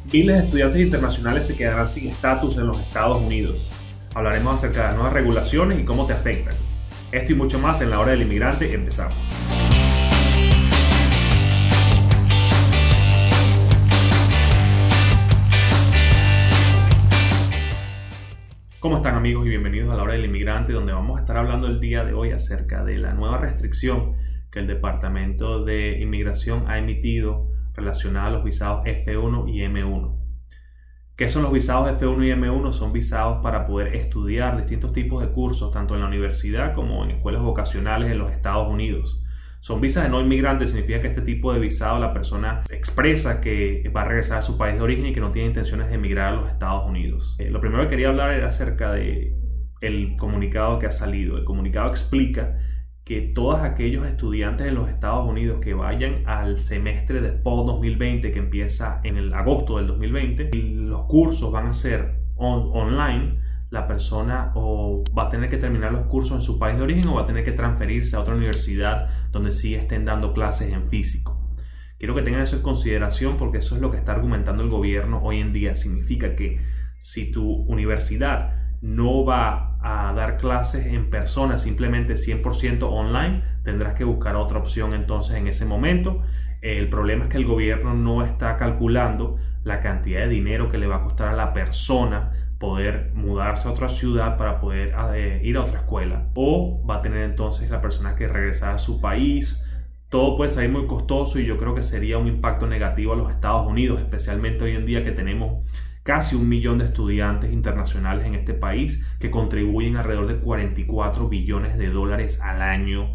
Miles de estudiantes internacionales se quedarán sin estatus en los Estados Unidos. Hablaremos acerca de las nuevas regulaciones y cómo te afectan. Esto y mucho más en La Hora del Inmigrante. Empezamos. ¿Cómo están, amigos? Y bienvenidos a La Hora del Inmigrante, donde vamos a estar hablando el día de hoy acerca de la nueva restricción que el Departamento de Inmigración ha emitido relacionada a los visados F1 y M1. ¿Qué son los visados F1 y M1? Son visados para poder estudiar distintos tipos de cursos, tanto en la universidad como en escuelas vocacionales en los Estados Unidos. Son visas de no inmigrantes, significa que este tipo de visado la persona expresa que va a regresar a su país de origen y que no tiene intenciones de emigrar a los Estados Unidos. Lo primero que quería hablar era acerca del comunicado que ha salido. El comunicado explica que todos aquellos estudiantes en los Estados Unidos que vayan al semestre de Fall 2020, que empieza en el agosto del 2020, y los cursos van a ser online, la persona o va a tener que terminar los cursos en su país de origen o va a tener que transferirse a otra universidad donde sí estén dando clases en físico. Quiero que tengan eso en consideración porque eso es lo que está argumentando el gobierno hoy en día. Significa que si tu universidad no va a dar clases en persona, simplemente 100% online, tendrás que buscar otra opción entonces en ese momento. El problema es que el gobierno no está calculando la cantidad de dinero que le va a costar a la persona poder mudarse a otra ciudad para poder ir a otra escuela, o va a tener entonces la persona que regresar a su país. Todo puede salir muy costoso y yo creo que sería un impacto negativo a los Estados Unidos, especialmente hoy en día que tenemos casi 1 millón de estudiantes internacionales en este país que contribuyen alrededor de $44 billones al año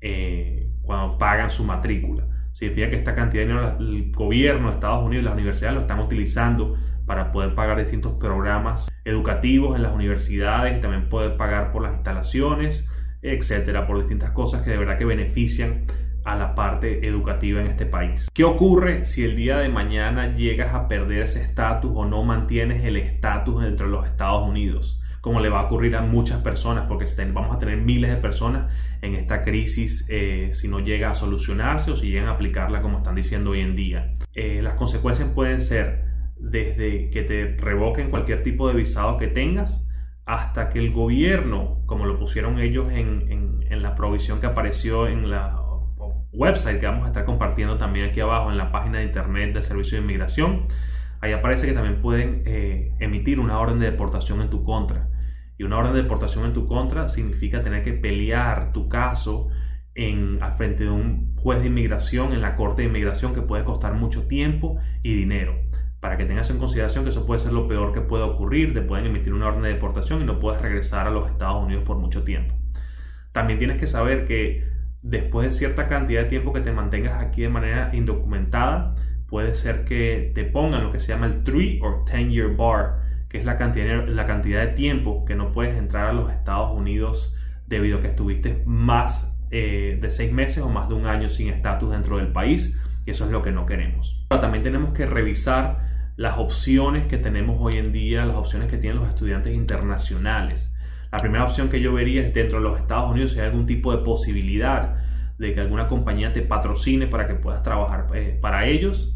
cuando pagan su matrícula. Significa que esta cantidad de dinero el gobierno de Estados Unidos y las universidades lo están utilizando para poder pagar distintos programas educativos en las universidades y también poder pagar por las instalaciones, etcétera, por distintas cosas que de verdad que benefician a la parte educativa en este país. ¿Qué ocurre si el día de mañana llegas a perder ese estatus o no mantienes el estatus dentro de los Estados Unidos? Como le va a ocurrir a muchas personas, porque vamos a tener miles de personas en esta crisis si no llega a solucionarse o si llegan a aplicarla como están diciendo hoy en día. Las consecuencias pueden ser desde que te revoquen cualquier tipo de visado que tengas hasta que el gobierno, como lo pusieron ellos en la provisión que apareció en la website que vamos a estar compartiendo también aquí abajo en la página de internet del Servicio de Inmigración, ahí aparece que también pueden emitir una orden de deportación en tu contra. Y una orden de deportación en tu contra significa tener que pelear tu caso al frente de un juez de inmigración en la Corte de Inmigración, que puede costar mucho tiempo y dinero. Para que tengas en consideración que eso puede ser lo peor que puede ocurrir, te pueden emitir una orden de deportación y no puedes regresar a los Estados Unidos por mucho tiempo. También tienes que saber que después de cierta cantidad de tiempo que te mantengas aquí de manera indocumentada, puede ser que te pongan lo que se llama el 3 o 10-year bar, que es la cantidad de tiempo que no puedes entrar a los Estados Unidos debido a que estuviste más de 6 meses o más de un año sin estatus dentro del país, y eso es lo que no queremos. Pero también tenemos que revisar las opciones que tenemos hoy en día, las opciones que tienen los estudiantes internacionales. La primera opción que yo vería es dentro de los Estados Unidos si hay algún tipo de posibilidad de que alguna compañía te patrocine para que puedas trabajar para ellos.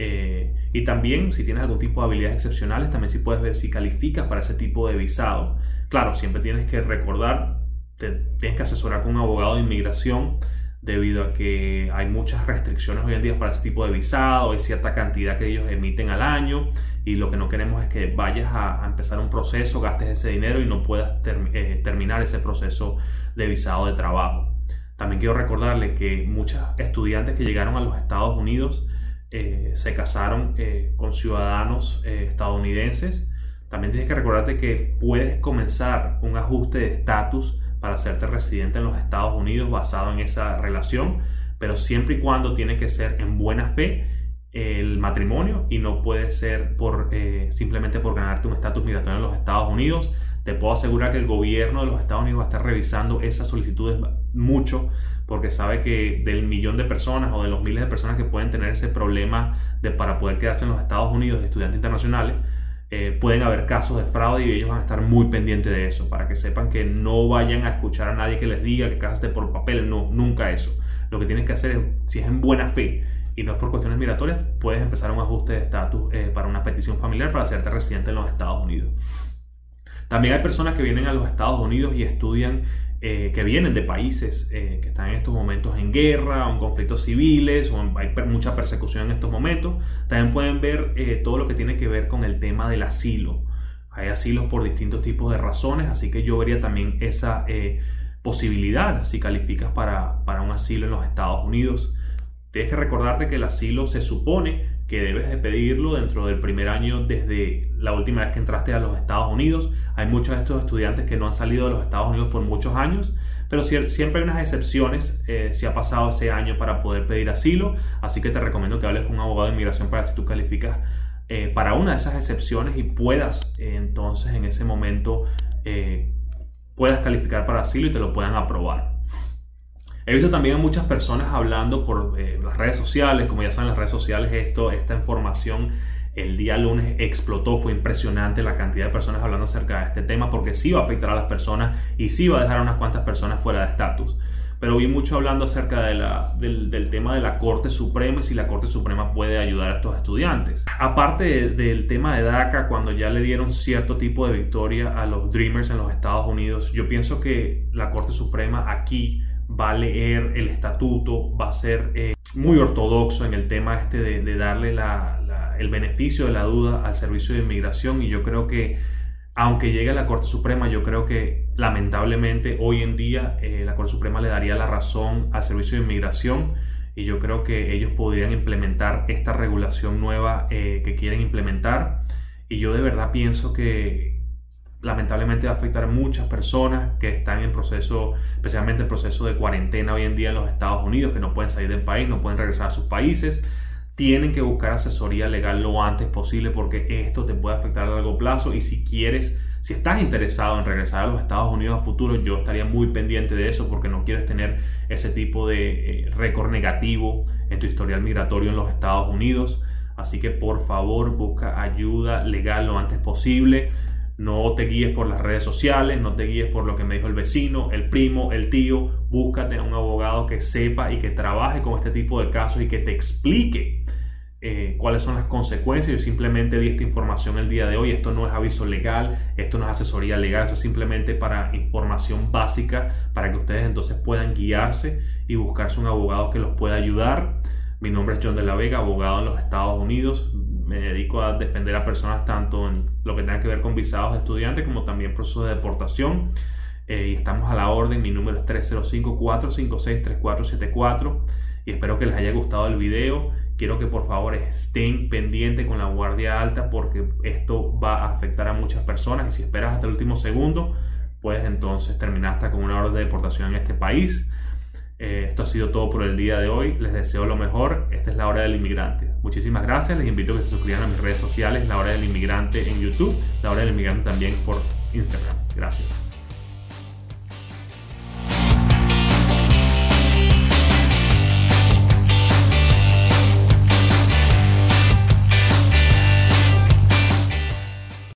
Y también si tienes algún tipo de habilidades excepcionales, también si puedes ver si calificas para ese tipo de visado. Claro, siempre tienes que recordar, tienes que asesorar con un abogado de inmigración debido a que hay muchas restricciones hoy en día para ese tipo de visado, hay cierta cantidad que ellos emiten al año y lo que no queremos es que vayas a empezar un proceso, gastes ese dinero y no puedas terminar ese proceso de visado de trabajo. También quiero recordarle que muchos estudiantes que llegaron a los Estados Unidos se casaron con ciudadanos estadounidenses. También tienes que recordarte que puedes comenzar un ajuste de estatus para hacerte residente en los Estados Unidos basado en esa relación, pero siempre y cuando tiene que ser en buena fe el matrimonio y no puede ser simplemente por ganarte un estatus migratorio en los Estados Unidos. Te puedo asegurar que el gobierno de los Estados Unidos va a estar revisando esas solicitudes mucho, porque sabe que del millón de personas o de los miles de personas que pueden tener ese problema para poder quedarse en los Estados Unidos de estudiantes internacionales, pueden haber casos de fraude y ellos van a estar muy pendientes de eso, para que sepan que no vayan a escuchar a nadie que les diga que casaste por papel. No, nunca eso. Lo que tienen que hacer es, si es en buena fe y no es por cuestiones migratorias, puedes empezar un ajuste de estatus para una petición familiar para hacerte residente en los Estados Unidos. También hay personas que vienen a los Estados Unidos y estudian, que vienen de países que están en estos momentos en guerra o en conflictos civiles, o hay mucha persecución en estos momentos. También pueden ver todo lo que tiene que ver con el tema del asilo. Hay asilos por distintos tipos de razones, así que yo vería también esa posibilidad si calificas para un asilo en los Estados Unidos. Tienes que recordarte que el asilo se supone que debes de pedirlo dentro del primer año desde la última vez que entraste a los Estados Unidos. Hay muchos de estos estudiantes que no han salido de los Estados Unidos por muchos años, pero siempre hay unas excepciones si ha pasado ese año para poder pedir asilo, así que te recomiendo que hables con un abogado de inmigración para ver si tú calificas para una de esas excepciones y puedas entonces en ese momento puedas calificar para asilo y te lo puedan aprobar. He visto también a muchas personas hablando por las redes sociales. Como ya saben, las redes sociales, esta información el día lunes explotó. Fue impresionante la cantidad de personas hablando acerca de este tema, porque sí va a afectar a las personas y sí va a dejar a unas cuantas personas fuera de estatus. Pero vi mucho hablando acerca del tema de la Corte Suprema y si la Corte Suprema puede ayudar a estos estudiantes. Aparte del tema de DACA, cuando ya le dieron cierto tipo de victoria a los Dreamers en los Estados Unidos, yo pienso que la Corte Suprema aquí va a leer el estatuto, va a ser muy ortodoxo en el tema de darle el beneficio de la duda al Servicio de Inmigración, y yo creo que aunque llegue a la Corte Suprema, yo creo que lamentablemente hoy en día la Corte Suprema le daría la razón al Servicio de Inmigración, y yo creo que ellos podrían implementar esta regulación nueva que quieren implementar, y yo de verdad pienso que lamentablemente va a afectar a muchas personas que están en proceso, especialmente el proceso de cuarentena hoy en día en los Estados Unidos, que no pueden salir del país, no pueden regresar a sus países. Tienen que buscar asesoría legal lo antes posible, porque esto te puede afectar a largo plazo, y si estás interesado en regresar a los Estados Unidos a futuro, yo estaría muy pendiente de eso, porque no quieres tener ese tipo de récord negativo en tu historial migratorio en los Estados Unidos. Así que por favor busca ayuda legal lo antes posible. No te guíes por las redes sociales, no te guíes por lo que me dijo el vecino, el primo, el tío. Búscate a un abogado que sepa y que trabaje con este tipo de casos y que te explique cuáles son las consecuencias. Yo simplemente di esta información el día de hoy. Esto no es aviso legal, esto no es asesoría legal, esto es simplemente para información básica para que ustedes entonces puedan guiarse y buscarse un abogado que los pueda ayudar. Mi nombre es John de la Vega, abogado en los Estados Unidos. Me dedico a defender a personas tanto en lo que tenga que ver con visados de estudiantes como también procesos de deportación. Y estamos a la orden. Mi número es 305-456-3474 y espero que les haya gustado el video. Quiero que por favor estén pendientes con la guardia alta, porque esto va a afectar a muchas personas, y si esperas hasta el último segundo puedes entonces terminar hasta con una orden de deportación en este país. Esto ha sido todo por el día de hoy. Les deseo lo mejor. Esta es La Hora del Inmigrante. Muchísimas gracias. Les invito a que se suscriban a mis redes sociales, La Hora del Inmigrante en YouTube, La Hora del Inmigrante también por Instagram. Gracias.